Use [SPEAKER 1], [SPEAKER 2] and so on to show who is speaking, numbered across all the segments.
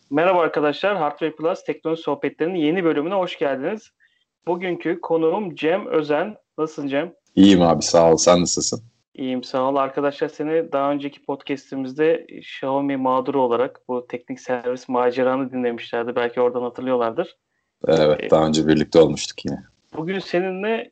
[SPEAKER 1] Merhaba arkadaşlar, Hardware Plus Teknoloji Sohbetleri'nin yeni bölümüne hoş geldiniz. Bugünkü konuğum Cem Özen. Nasılsın Cem?
[SPEAKER 2] İyiyim abi sağ ol. Sen nasılsın?
[SPEAKER 1] İyiyim, sağ ol. Arkadaşlar seni daha önceki podcast'imizde Xiaomi mağduru olarak bu teknik servis maceranı dinlemişlerdi. Belki oradan hatırlıyorlardır.
[SPEAKER 2] Evet
[SPEAKER 1] E,
[SPEAKER 2] daha önce birlikte olmuştuk yine.
[SPEAKER 1] Bugün seninle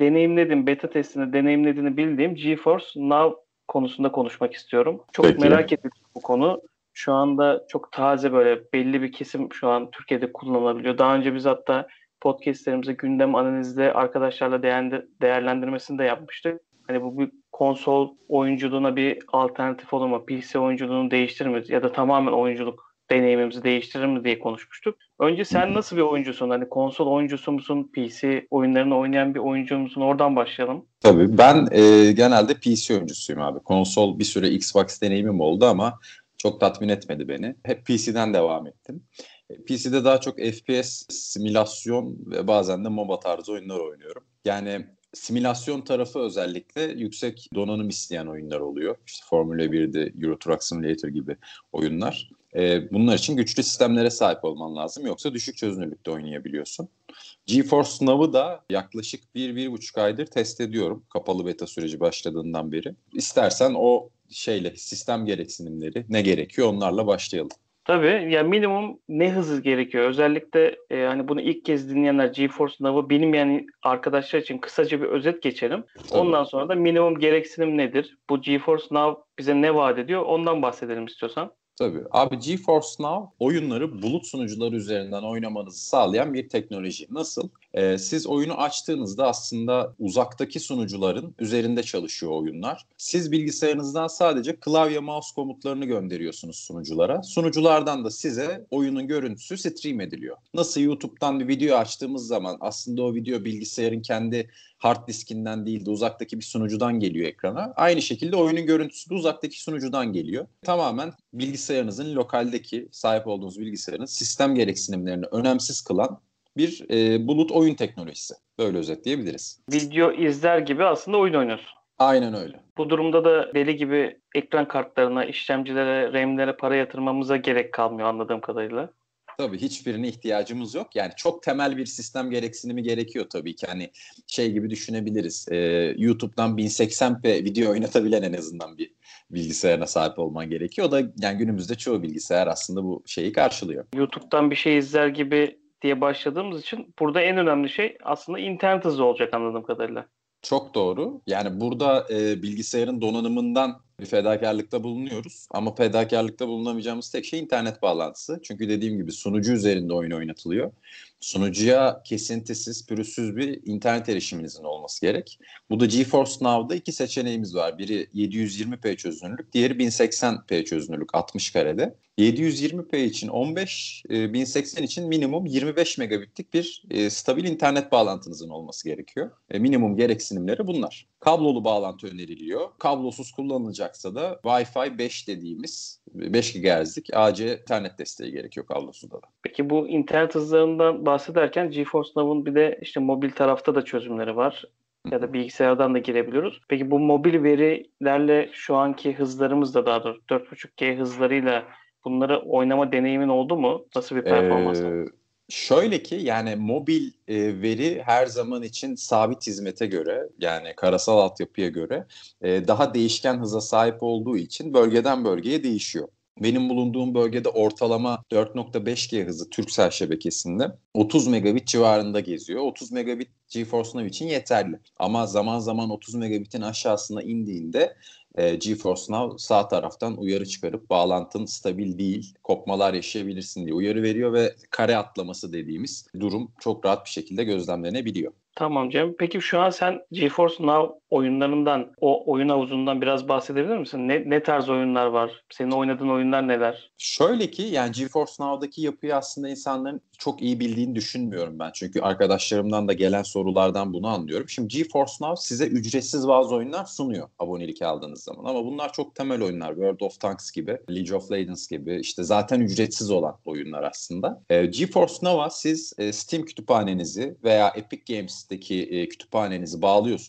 [SPEAKER 1] beta testinde deneyimlediğini bildiğim GeForce Now konusunda konuşmak istiyorum. Çok
[SPEAKER 2] Peki.
[SPEAKER 1] merak ediyorum bu konu. Şu anda çok taze böyle belli bir kesim şu an Türkiye'de kullanılabiliyor. Daha önce biz hatta podcastlerimizde gündem analizde arkadaşlarla değerlendirmesini de yapmıştık. Hani bu bir konsol oyunculuğuna bir alternatif olur mu? PC oyunculuğunu değiştirir mi? Ya da tamamen oyunculuk deneyimimizi değiştirir mi diye konuşmuştuk. Önce
[SPEAKER 2] Hı
[SPEAKER 1] sen
[SPEAKER 2] hı.
[SPEAKER 1] nasıl bir oyuncusun? Hani konsol oyuncusu musun? PC oyunlarını oynayan bir oyuncu musun? Oradan başlayalım.
[SPEAKER 2] Tabii ben genelde PC oyuncusuyum abi. Konsol bir süre Xbox deneyimim oldu ama çok tatmin etmedi beni. Hep PC'den devam ettim. PC'de daha çok FPS, simülasyon ve bazen de MOBA tarzı oyunlar oynuyorum. Yani simülasyon tarafı özellikle yüksek donanım isteyen oyunlar oluyor. İşte Formula 1'de Euro Truck Simulator gibi oyunlar. Bunlar için güçlü sistemlere sahip olman lazım. Yoksa düşük çözünürlükte oynayabiliyorsun. GeForce Now'ı da yaklaşık 1-1,5 aydır test ediyorum. Kapalı beta süreci başladığından beri. İstersen o sistem gereksinimleri ne gerekiyor onlarla başlayalım.
[SPEAKER 1] Tabii ya minimum ne hızı gerekiyor? Özellikle hani bunu ilk kez dinleyenler GeForce Now'ı bilmeyen arkadaşlar için kısaca bir özet geçelim.
[SPEAKER 2] Tabii.
[SPEAKER 1] Ondan sonra da minimum gereksinim nedir? Bu GeForce Now bize ne vaat ediyor? Ondan bahsedelim istiyorsan.
[SPEAKER 2] Tabii. Abi GeForce Now oyunları bulut sunucuları üzerinden oynamanızı sağlayan bir teknoloji. Nasıl? Siz oyunu açtığınızda aslında uzaktaki sunucuların üzerinde çalışıyor oyunlar. Siz bilgisayarınızdan sadece klavye mouse komutlarını gönderiyorsunuz sunuculara. Sunuculardan da size oyunun görüntüsü stream ediliyor. Nasıl YouTube'dan bir video açtığımız zaman aslında o video bilgisayarın kendi hard diskinden değil de uzaktaki bir sunucudan geliyor ekrana. Aynı şekilde oyunun görüntüsü de uzaktaki sunucudan geliyor. Tamamen bilgisayarınızın lokaldeki sahip olduğunuz bilgisayarın sistem gereksinimlerini önemsiz kılan bir bulut oyun teknolojisi. Böyle özetleyebiliriz.
[SPEAKER 1] Video izler gibi aslında oyun oynuyorsun.
[SPEAKER 2] Aynen öyle.
[SPEAKER 1] Bu durumda da deli gibi ekran kartlarına, işlemcilere, RAM'lere para yatırmamıza gerek kalmıyor anladığım kadarıyla.
[SPEAKER 2] Tabii hiçbirine ihtiyacımız yok. Yani çok temel bir sistem gereksinimi gerekiyor tabii ki. Hani şey gibi düşünebiliriz. YouTube'dan 1080p video oynatabilen en azından bir bilgisayarına sahip olman gerekiyor. O da yani günümüzde çoğu bilgisayar aslında bu şeyi karşılıyor.
[SPEAKER 1] YouTube'dan bir şey izler gibi diye başladığımız için burada en önemli şey aslında internet hızı olacak anladığım kadarıyla.
[SPEAKER 2] Çok doğru. Yani burada bilgisayarın donanımından bir fedakarlıkta bulunuyoruz. Ama fedakarlıkta bulunamayacağımız tek şey internet bağlantısı. Çünkü dediğim gibi sunucu üzerinde oyun oynatılıyor. Sunucuya kesintisiz, pürüzsüz bir internet erişiminizin olması gerek. Bu da GeForce Now'da iki seçeneğimiz var. Biri 720p çözünürlük, diğeri 1080p çözünürlük 60 karede. 720p için 15, 1080 için minimum 25 megabitlik bir stabil internet bağlantınızın olması gerekiyor. Minimum gereksinimleri bunlar. Kablolu bağlantı öneriliyor. Kablosuz kullanılacaksa da Wi-Fi 5 dediğimiz 5 GHz'lik AC internet desteği gerekiyor kablosuzda da.
[SPEAKER 1] Peki bu internet hızlarından bahsederken GeForce Now'ın bir de işte mobil tarafta da çözümleri var. Ya da bilgisayardan da girebiliyoruz. Peki bu mobil verilerle şu anki hızlarımız da daha doğrusu 4.5G hızlarıyla bunları oynama deneyimin oldu mu? Nasıl bir performans var?
[SPEAKER 2] Ee, Şöyle ki yani mobil veri her zaman için sabit hizmete göre yani karasal altyapıya göre daha değişken hıza sahip olduğu için bölgeden bölgeye değişiyor. Benim bulunduğum bölgede ortalama 4.5G hızı Turkcell şebekesinde 30 megabit civarında geziyor. 30 megabit GeForce Now için yeterli. Ama zaman zaman 30 megabitin aşağısına indiğinde GeForce Now sağ taraftan uyarı çıkarıp bağlantın stabil değil, kopmalar yaşayabilirsin diye uyarı veriyor ve kare atlaması dediğimiz durum çok rahat bir şekilde gözlemlenebiliyor.
[SPEAKER 1] Tamam Cem. Peki şu an sen GeForce Now oyunlarından, o oyun havuzundan biraz bahsedebilir misin? Ne tarz oyunlar var? Senin oynadığın oyunlar neler?
[SPEAKER 2] Şöyle ki yani GeForce Now'daki yapıyı aslında insanların çok iyi bildiğini düşünmüyorum ben. Çünkü arkadaşlarımdan da gelen sorulardan bunu anlıyorum. Şimdi GeForce Now size ücretsiz bazı oyunlar sunuyor abonelik aldığınız zaman. Ama bunlar çok temel oyunlar. World of Tanks gibi, League of Legends gibi işte zaten ücretsiz olan oyunlar aslında. GeForce Now'a siz Steam kütüphanenizi veya Epic Games'teki kütüphanenizi bağlıyorsunuz.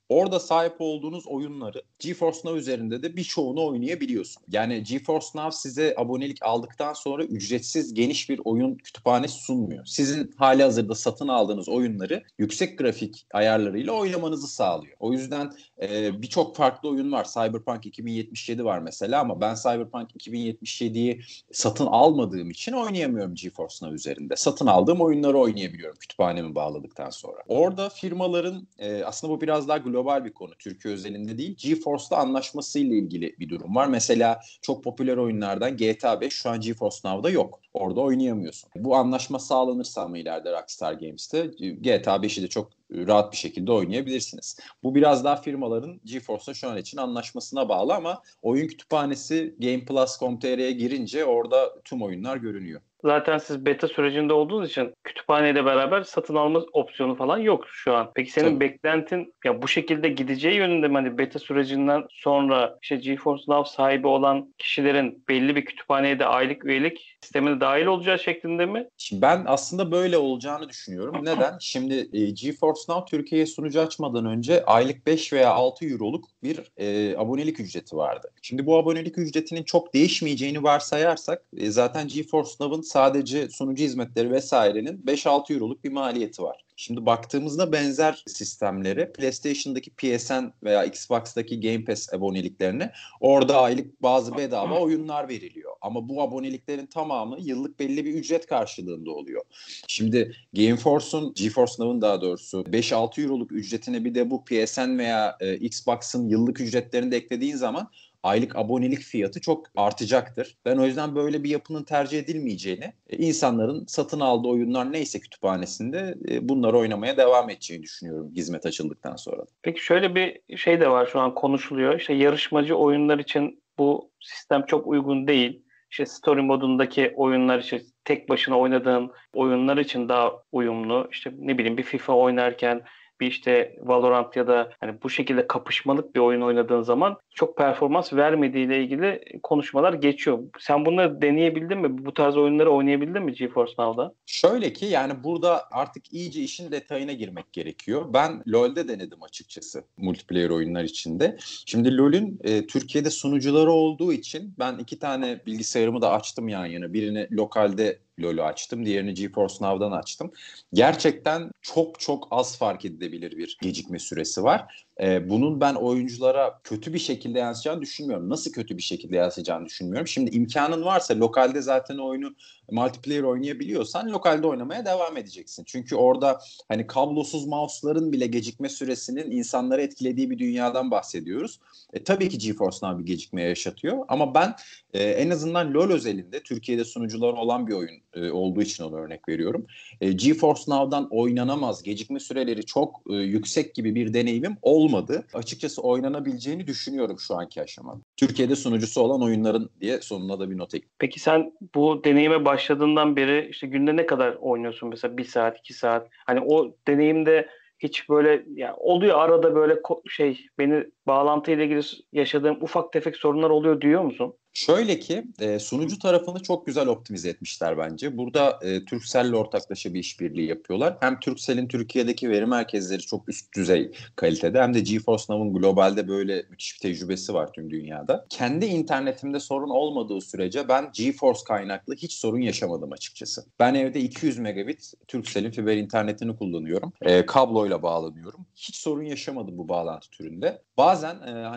[SPEAKER 2] Orada sahip olduğunuz oyunları GeForce Now üzerinde de birçoğunu oynayabiliyorsun. Yani GeForce Now size abonelik aldıktan sonra ücretsiz geniş bir oyun kütüphanesi sunmuyor. Sizin halihazırda satın aldığınız oyunları yüksek grafik ayarlarıyla oynamanızı sağlıyor. O yüzden birçok farklı oyun var. Cyberpunk 2077 var mesela ama ben Cyberpunk 2077'yi satın almadığım için oynayamıyorum GeForce Now üzerinde. Satın aldığım oyunları oynayabiliyorum kütüphanemi bağladıktan sonra. Orada firmaların aslında bu biraz daha global bir konu. Türkiye özelinde değil. GeForce'la anlaşmasıyla ilgili bir durum var. Mesela çok popüler oyunlardan GTA 5 şu an GeForce Now'da yok. Orada oynayamıyorsun. Bu anlaşma sağlanırsa ama ileride Rockstar Games'te GTA 5'i de çok rahat bir şekilde oynayabilirsiniz. Bu biraz daha firmaların GeForce'la şu an için anlaşmasına bağlı ama oyun kütüphanesi GamePlus.com.tr'ye girince orada tüm oyunlar görünüyor.
[SPEAKER 1] Zaten siz beta sürecinde olduğunuz için kütüphaneyle beraber satın alma opsiyonu falan yok şu an. Peki senin
[SPEAKER 2] Tabii.
[SPEAKER 1] beklentin ya bu şekilde gideceği yönünde mi? Hani beta sürecinden sonra işte GeForce Now sahibi olan kişilerin belli bir kütüphaneye de aylık üyelik sistemine dahil olacağı şeklinde mi?
[SPEAKER 2] Şimdi ben aslında böyle olacağını düşünüyorum. Neden? Şimdi GeForce Now Türkiye'ye sunucu açmadan önce aylık 5 veya 6 euroluk bir abonelik ücreti vardı. Şimdi bu abonelik ücretinin çok değişmeyeceğini varsayarsak zaten GeForce Now'ın sadece sunucu hizmetleri vesairenin 5-6 euroluk bir maliyeti var. Şimdi baktığımızda benzer sistemleri PlayStation'daki PSN veya Xbox'taki Game Pass aboneliklerine orada aylık bazı bedava oyunlar veriliyor. Ama bu aboneliklerin tamamı yıllık belli bir ücret karşılığında oluyor. Şimdi GeForce Now'ın daha doğrusu 5-6 euroluk ücretine bir de bu PSN veya Xbox'ın yıllık ücretlerini de eklediğin zaman aylık abonelik fiyatı çok artacaktır. Ben o yüzden böyle bir yapının tercih edilmeyeceğini, insanların satın aldığı oyunlar neyse kütüphanesinde bunları oynamaya devam edeceğini düşünüyorum hizmet açıldıktan sonra.
[SPEAKER 1] Peki şöyle bir şey de var şu an konuşuluyor. İşte yarışmacı oyunlar için bu sistem çok uygun değil. İşte story modundaki oyunlar için tek başına oynadığın oyunlar için daha uyumlu. İşte ne bileyim bir FIFA oynarken bir işte Valorant ya da hani bu şekilde kapışmalık bir oyun oynadığın zaman çok performans vermediğiyle ilgili konuşmalar geçiyor. Sen bunları deneyebildin mi? Bu tarz oyunları oynayabildin mi GeForce Now'da?
[SPEAKER 2] Şöyle ki yani burada artık iyice işin detayına girmek gerekiyor. Ben LoL'de denedim açıkçası multiplayer oyunlar içinde. Şimdi LoL'ün Türkiye'de sunucuları olduğu için ben 2 tane bilgisayarımı da açtım yan yana. Birini lokalde LoL'ü açtım, diğerini GeForce Now'dan açtım. Gerçekten çok çok az fark edilebilir bir gecikme süresi var. Bunun ben oyunculara kötü bir şekilde yansıyacağını düşünmüyorum. Nasıl kötü bir şekilde yansıyacağını düşünmüyorum. Şimdi imkanın varsa lokalde zaten oyunu multiplayer oynayabiliyorsan lokalde oynamaya devam edeceksin. Çünkü orada hani kablosuz mouse'ların bile gecikme süresinin insanları etkilediği bir dünyadan bahsediyoruz. Tabii ki GeForce Now bir gecikme yaşatıyor ama ben en azından LoL özelinde Türkiye'de sunucuları olan bir oyun olduğu için ona örnek veriyorum. GeForce Now'dan oynanamaz, gecikme süreleri çok yüksek gibi bir deneyimim olmadı. Açıkçası oynanabileceğini düşünüyorum şu anki aşamada. Türkiye'de sunucusu olan oyunların diye sonuna da bir not ekleyeyim.
[SPEAKER 1] Peki sen bu deneyime başladığından beri işte günde ne kadar oynuyorsun mesela 1 saat, 2 saat? Hani o deneyimde hiç böyle ya oluyor arada böyle beni bağlantıyla ilgili yaşadığım ufak tefek sorunlar oluyor diyor musun?
[SPEAKER 2] Şöyle ki sunucu tarafını çok güzel optimize etmişler bence. Burada Turkcell'le ortaklaşa bir işbirliği yapıyorlar. Hem Turkcell'in Türkiye'deki veri merkezleri çok üst düzey kalitede hem de GeForce Now'ın globalde böyle müthiş bir tecrübesi var tüm dünyada. Kendi internetimde sorun olmadığı sürece ben GeForce kaynaklı hiç sorun yaşamadım açıkçası. Ben evde 200 megabit Turkcell'in fiber internetini kullanıyorum. Kabloyla bağlanıyorum. Hiç sorun yaşamadım bu bağlantı türünde. Bazen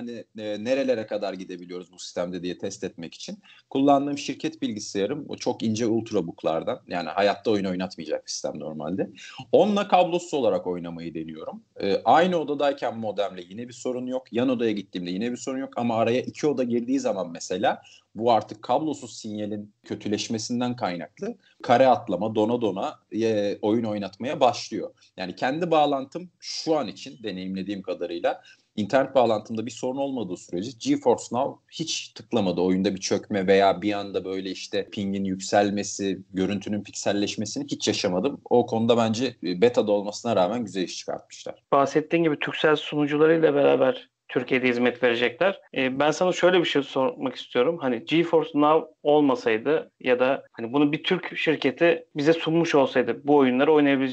[SPEAKER 2] nerelere kadar gidebiliyoruz bu sistemde diye test etmek için kullandığım şirket bilgisayarım o çok ince ultrabooklardan, yani hayatta oyun oynatmayacak bir sistem normalde. Onunla kablosuz olarak oynamayı deniyorum. Aynı odadayken modemle yine bir sorun yok. Yan odaya gittiğimde yine bir sorun yok ama araya 2 oda girdiği zaman mesela bu artık kablosuz sinyalin kötüleşmesinden kaynaklı kare atlama, dona dona oyun oynatmaya başlıyor. Yani kendi bağlantım şu an için deneyimlediğim kadarıyla İnternet bağlantımda bir sorun olmadığı sürece GeForce Now hiç tıklamadı. Oyunda bir çökme veya bir anda böyle işte pingin yükselmesi, görüntünün pikselleşmesini hiç yaşamadım. O konuda bence beta'da olmasına rağmen güzel iş çıkartmışlar.
[SPEAKER 1] Bahsettiğin gibi Turkcell sunucularıyla beraber Türkiye'de hizmet verecekler. Ben sana şöyle bir şey sormak istiyorum. Hani GeForce Now olmasaydı ya da hani bunu bir Türk şirketi bize sunmuş olsaydı bu oyunları oynayabilecek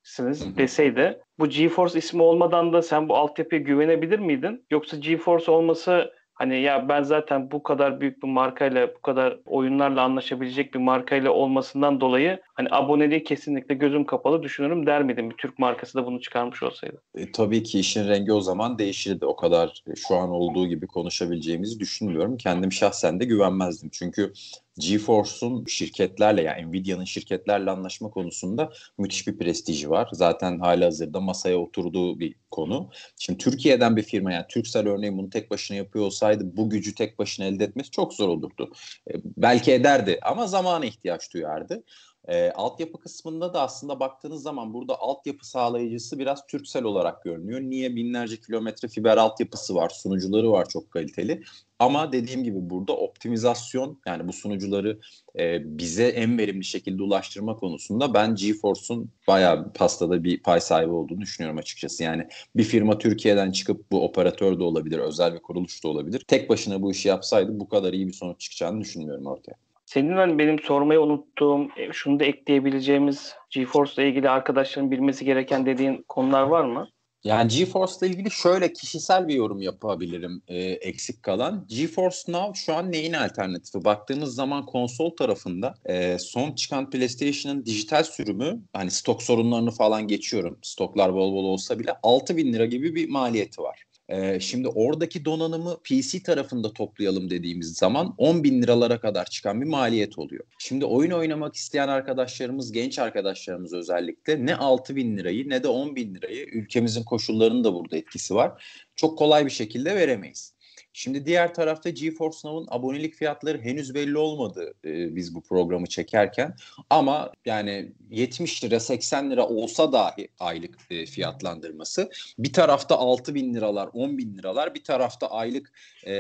[SPEAKER 1] deseydi, bu GeForce ismi olmadan da sen bu altyapıya güvenebilir miydin? Yoksa GeForce olması hani ya ben zaten bu kadar büyük bir markayla, bu kadar oyunlarla anlaşabilecek bir markayla olmasından dolayı hani aboneliği kesinlikle gözüm kapalı düşünürüm der miydin? Bir Türk markası da bunu çıkarmış olsaydı.
[SPEAKER 2] Tabii ki işin rengi o zaman değişirdi. O kadar şu an olduğu gibi konuşabileceğimizi düşünmüyorum. Kendim şahsen de güvenmezdim. Çünkü GeForce'un şirketlerle yani Nvidia'nın şirketlerle anlaşma konusunda müthiş bir prestiji var. Zaten halihazırda masaya oturduğu bir konu. Şimdi Türkiye'den bir firma yani Turkcell örneğin bunu tek başına yapıyor olsaydı bu gücü tek başına elde etmesi çok zor olurdu. Belki ederdi ama zamana ihtiyaç duyardı. Altyapı kısmında da aslında baktığınız zaman burada altyapı sağlayıcısı biraz Turkcell olarak görünüyor. Niye? Binlerce kilometre fiber altyapısı var, sunucuları var çok kaliteli. Ama dediğim gibi burada optimizasyon yani bu sunucuları bize en verimli şekilde ulaştırma konusunda ben GeForce'un bayağı pastada bir pay sahibi olduğunu düşünüyorum açıkçası. Yani bir firma Türkiye'den çıkıp bu operatör de olabilir, özel bir kuruluş da olabilir. Tek başına bu işi yapsaydı bu kadar iyi bir sonuç çıkacağını düşünmüyorum ortaya.
[SPEAKER 1] Senin hani benim sormayı unuttuğum, şunu da ekleyebileceğimiz GeForce ile ilgili arkadaşların bilmesi gereken dediğin konular var mı?
[SPEAKER 2] Yani GeForce ile ilgili şöyle kişisel bir yorum yapabilirim eksik kalan. GeForce Now şu an neyin alternatifi? Baktığımız zaman konsol tarafında son çıkan PlayStation'ın dijital sürümü hani stok sorunlarını falan geçiyorum. Stoklar bol bol olsa bile 6.000 lira gibi bir maliyeti var. Şimdi oradaki donanımı PC tarafında toplayalım dediğimiz zaman 10 bin liralara kadar çıkan bir maliyet oluyor. Şimdi oyun oynamak isteyen arkadaşlarımız, genç arkadaşlarımız özellikle ne 6 bin lirayı ne de 10 bin lirayı ülkemizin koşullarının da burada etkisi var. Çok kolay bir şekilde veremeyiz. Şimdi diğer tarafta GeForce Now'ın abonelik fiyatları henüz belli olmadı biz bu programı çekerken. Ama yani 70 lira 80 lira olsa dahi aylık fiyatlandırması bir tarafta 6 bin liralar 10 bin liralar bir tarafta aylık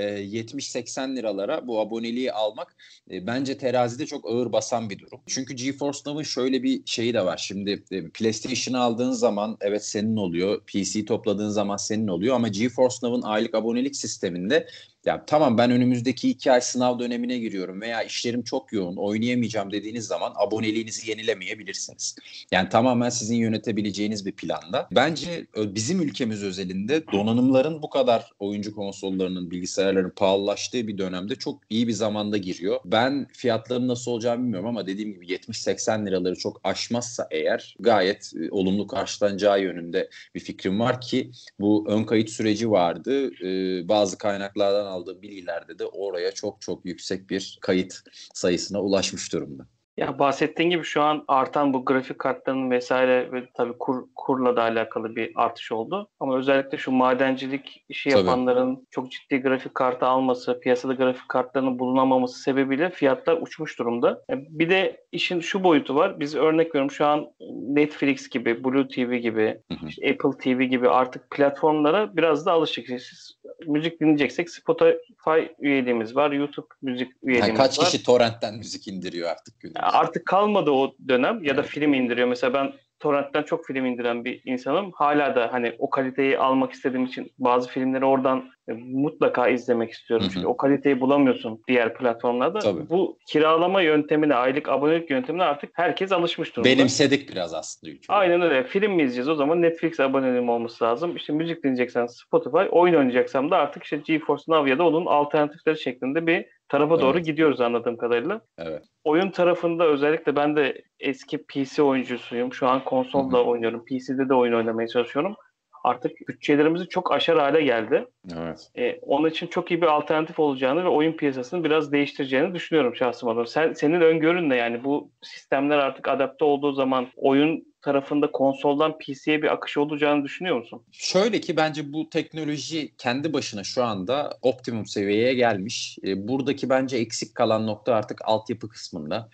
[SPEAKER 2] 70-80 liralara bu aboneliği almak bence terazide çok ağır basan bir durum. Çünkü GeForce Now'ın şöyle bir şeyi de var. Şimdi PlayStation'ı aldığın zaman evet senin oluyor. PC topladığın zaman senin oluyor ama GeForce Now'ın aylık abonelik sisteminde ya tamam ben önümüzdeki 2 ay sınav dönemine giriyorum veya işlerim çok yoğun oynayamayacağım dediğiniz zaman aboneliğinizi yenilemeyebilirsiniz. Yani tamamen sizin yönetebileceğiniz bir planda. Bence bizim ülkemiz özelinde donanımların bu kadar oyuncu konsollarının, bilgisayarların pahalılaştığı bir dönemde çok iyi bir zamanda giriyor. Ben fiyatların nasıl olacağını bilmiyorum ama dediğim gibi 70-80 liraları çok aşmazsa eğer gayet olumlu karşılanacağı yönünde bir fikrim var ki bu ön kayıt süreci vardı. Bazı kaynaklardan aldığım bilgilerde de oraya çok çok yüksek bir kayıt sayısına ulaşmış durumda.
[SPEAKER 1] Ya bahsettiğin gibi şu an artan bu grafik kartlarının vesaire ve tabii kurla da alakalı bir artış oldu. Ama özellikle şu madencilik işi
[SPEAKER 2] Tabii.
[SPEAKER 1] yapanların çok ciddi grafik kartı alması, piyasada grafik kartlarının bulunamaması sebebiyle fiyatlar uçmuş durumda. Bir de işin şu boyutu var. Biz örnek veriyorum şu an Netflix gibi, Blue TV gibi, işte Apple TV gibi artık platformlara biraz da alışıksınız. Müzik dinleyeceksek Spotify üyeliğimiz var, YouTube müzik
[SPEAKER 2] Yani
[SPEAKER 1] üyeliğimiz
[SPEAKER 2] kaç
[SPEAKER 1] var.
[SPEAKER 2] kişi torrentten müzik indiriyor artık günümüzde?
[SPEAKER 1] Artık kalmadı o dönem ya da
[SPEAKER 2] Evet.
[SPEAKER 1] film indiriyor. Mesela ben torrentten çok film indiren bir insanım. Hala da hani o kaliteyi almak istediğim için bazı filmleri oradan mutlaka izlemek istiyorum. Çünkü o kaliteyi bulamıyorsun diğer platformlarda.
[SPEAKER 2] Tabii.
[SPEAKER 1] Bu kiralama yöntemine, aylık abonelik yöntemine artık herkes alışmış durumda.
[SPEAKER 2] Benimsedik biraz aslında ülkede.
[SPEAKER 1] Aynen öyle. Film mi izleyeceğiz? O zaman Netflix aboneliğim olması lazım. İşte müzik dinleyeceksen Spotify, oyun oynayacaksam da artık işte GeForce Now ya da onun alternatifleri şeklinde bir tarafa doğru
[SPEAKER 2] Evet.
[SPEAKER 1] gidiyoruz anladığım kadarıyla.
[SPEAKER 2] Evet.
[SPEAKER 1] Oyun tarafında özellikle ben de eski PC oyuncusuyum. Şu an konsolda oynuyorum. PC'de de oyun oynamaya çalışıyorum. Artık bütçelerimizi çok aşar hale geldi.
[SPEAKER 2] Evet.
[SPEAKER 1] Onun için çok iyi bir alternatif olacağını ve oyun piyasasını biraz değiştireceğini düşünüyorum şahsım adına. Senin öngörün ne yani bu sistemler artık adapte olduğu zaman oyun tarafında konsoldan PC'ye bir akış olacağını düşünüyor musun?
[SPEAKER 2] Şöyle ki bence bu teknoloji kendi başına şu anda optimum seviyeye gelmiş. Buradaki bence eksik kalan nokta artık altyapı kısmında.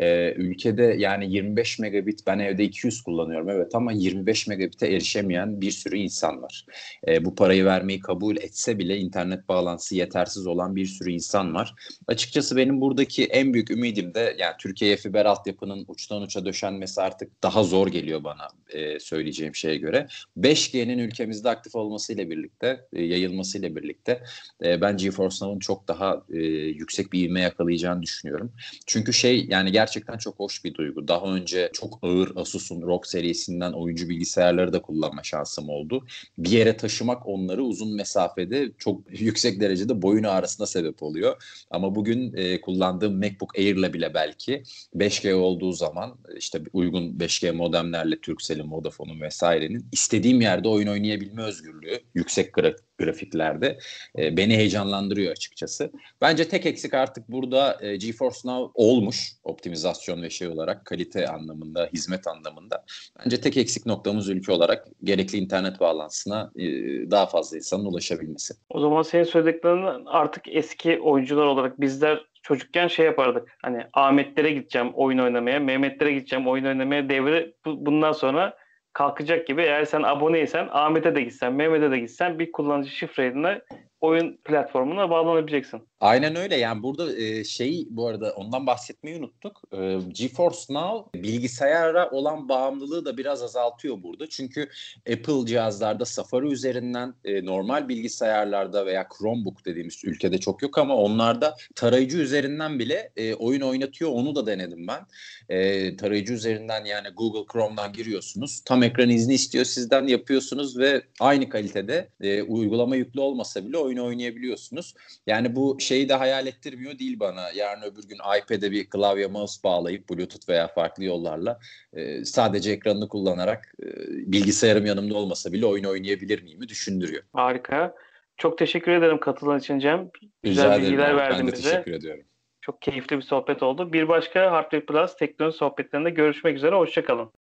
[SPEAKER 2] Ülkede yani 25 megabit ben evde 200 kullanıyorum evet ama 25 megabit'e erişemeyen bir sürü insan var. Bu parayı vermeyi kabul etse bile internet bağlantısı yetersiz olan bir sürü insan var. Açıkçası benim buradaki en büyük ümidim de yani Türkiye'ye fiber altyapının uçtan uça döşenmesi artık daha zor geliyor. geliyor bana söyleyeceğim şeye göre. 5G'nin ülkemizde aktif olmasıyla birlikte, yayılmasıyla birlikte ben GeForce Now'ın çok daha yüksek bir ivme yakalayacağını düşünüyorum. Çünkü yani gerçekten çok hoş bir duygu. Daha önce çok ağır Asus'un ROG serisinden oyuncu bilgisayarları da kullanma şansım oldu. Bir yere taşımak onları uzun mesafede çok yüksek derecede boyun ağrısına sebep oluyor. Ama bugün kullandığım MacBook Air'la bile belki 5G olduğu zaman işte uygun 5G modemlerle Turkcell'in, Vodafone'un vesairenin istediğim yerde oyun oynayabilme özgürlüğü yüksek grafiklerde beni heyecanlandırıyor açıkçası. Bence tek eksik artık burada GeForce Now olmuş optimizasyon ve olarak kalite anlamında, hizmet anlamında. Bence tek eksik noktamız ülke olarak gerekli internet bağlantısına daha fazla insanın ulaşabilmesi.
[SPEAKER 1] O zaman senin söylediklerinden artık eski oyuncular olarak bizler çocukken şey yapardık. Hani Ahmetlere gideceğim oyun oynamaya, Mehmetlere gideceğim oyun oynamaya devri bundan sonra kalkacak gibi. Eğer sen aboneysen Ahmet'e de gitsen, Mehmet'e de gitsen bir kullanıcı şifreyle oyun platformuna bağlanabileceksin.
[SPEAKER 2] Aynen öyle. Yani burada bu arada ondan bahsetmeyi unuttuk. GeForce Now bilgisayara olan bağımlılığı da biraz azaltıyor burada. Çünkü Apple cihazlarda Safari üzerinden normal bilgisayarlarda veya Chromebook dediğimiz ülkede çok yok ama onlarda tarayıcı üzerinden bile oyun oynatıyor. Onu da denedim ben. Tarayıcı üzerinden yani Google Chrome'dan giriyorsunuz. Tam ekran izni istiyor sizden, yapıyorsunuz ve aynı kalitede uygulama yüklü olmasa bile oyun oynayabiliyorsunuz. Yani bu şeyi de hayal ettirmiyor değil bana. Yarın öbür gün iPad'e bir klavye mouse bağlayıp Bluetooth veya farklı yollarla sadece ekranını kullanarak bilgisayarım yanımda olmasa bile oyun oynayabilir miyimi düşündürüyor.
[SPEAKER 1] Harika. Çok teşekkür ederim katıldığın için Cem.
[SPEAKER 2] Rica
[SPEAKER 1] Güzel
[SPEAKER 2] ederim
[SPEAKER 1] bilgiler
[SPEAKER 2] Ahmet. Ben
[SPEAKER 1] verdin
[SPEAKER 2] de
[SPEAKER 1] bize.
[SPEAKER 2] teşekkür ediyorum.
[SPEAKER 1] Çok keyifli bir sohbet oldu. Bir başka Hardware Plus teknoloji sohbetlerinde görüşmek üzere. Hoşça kalın.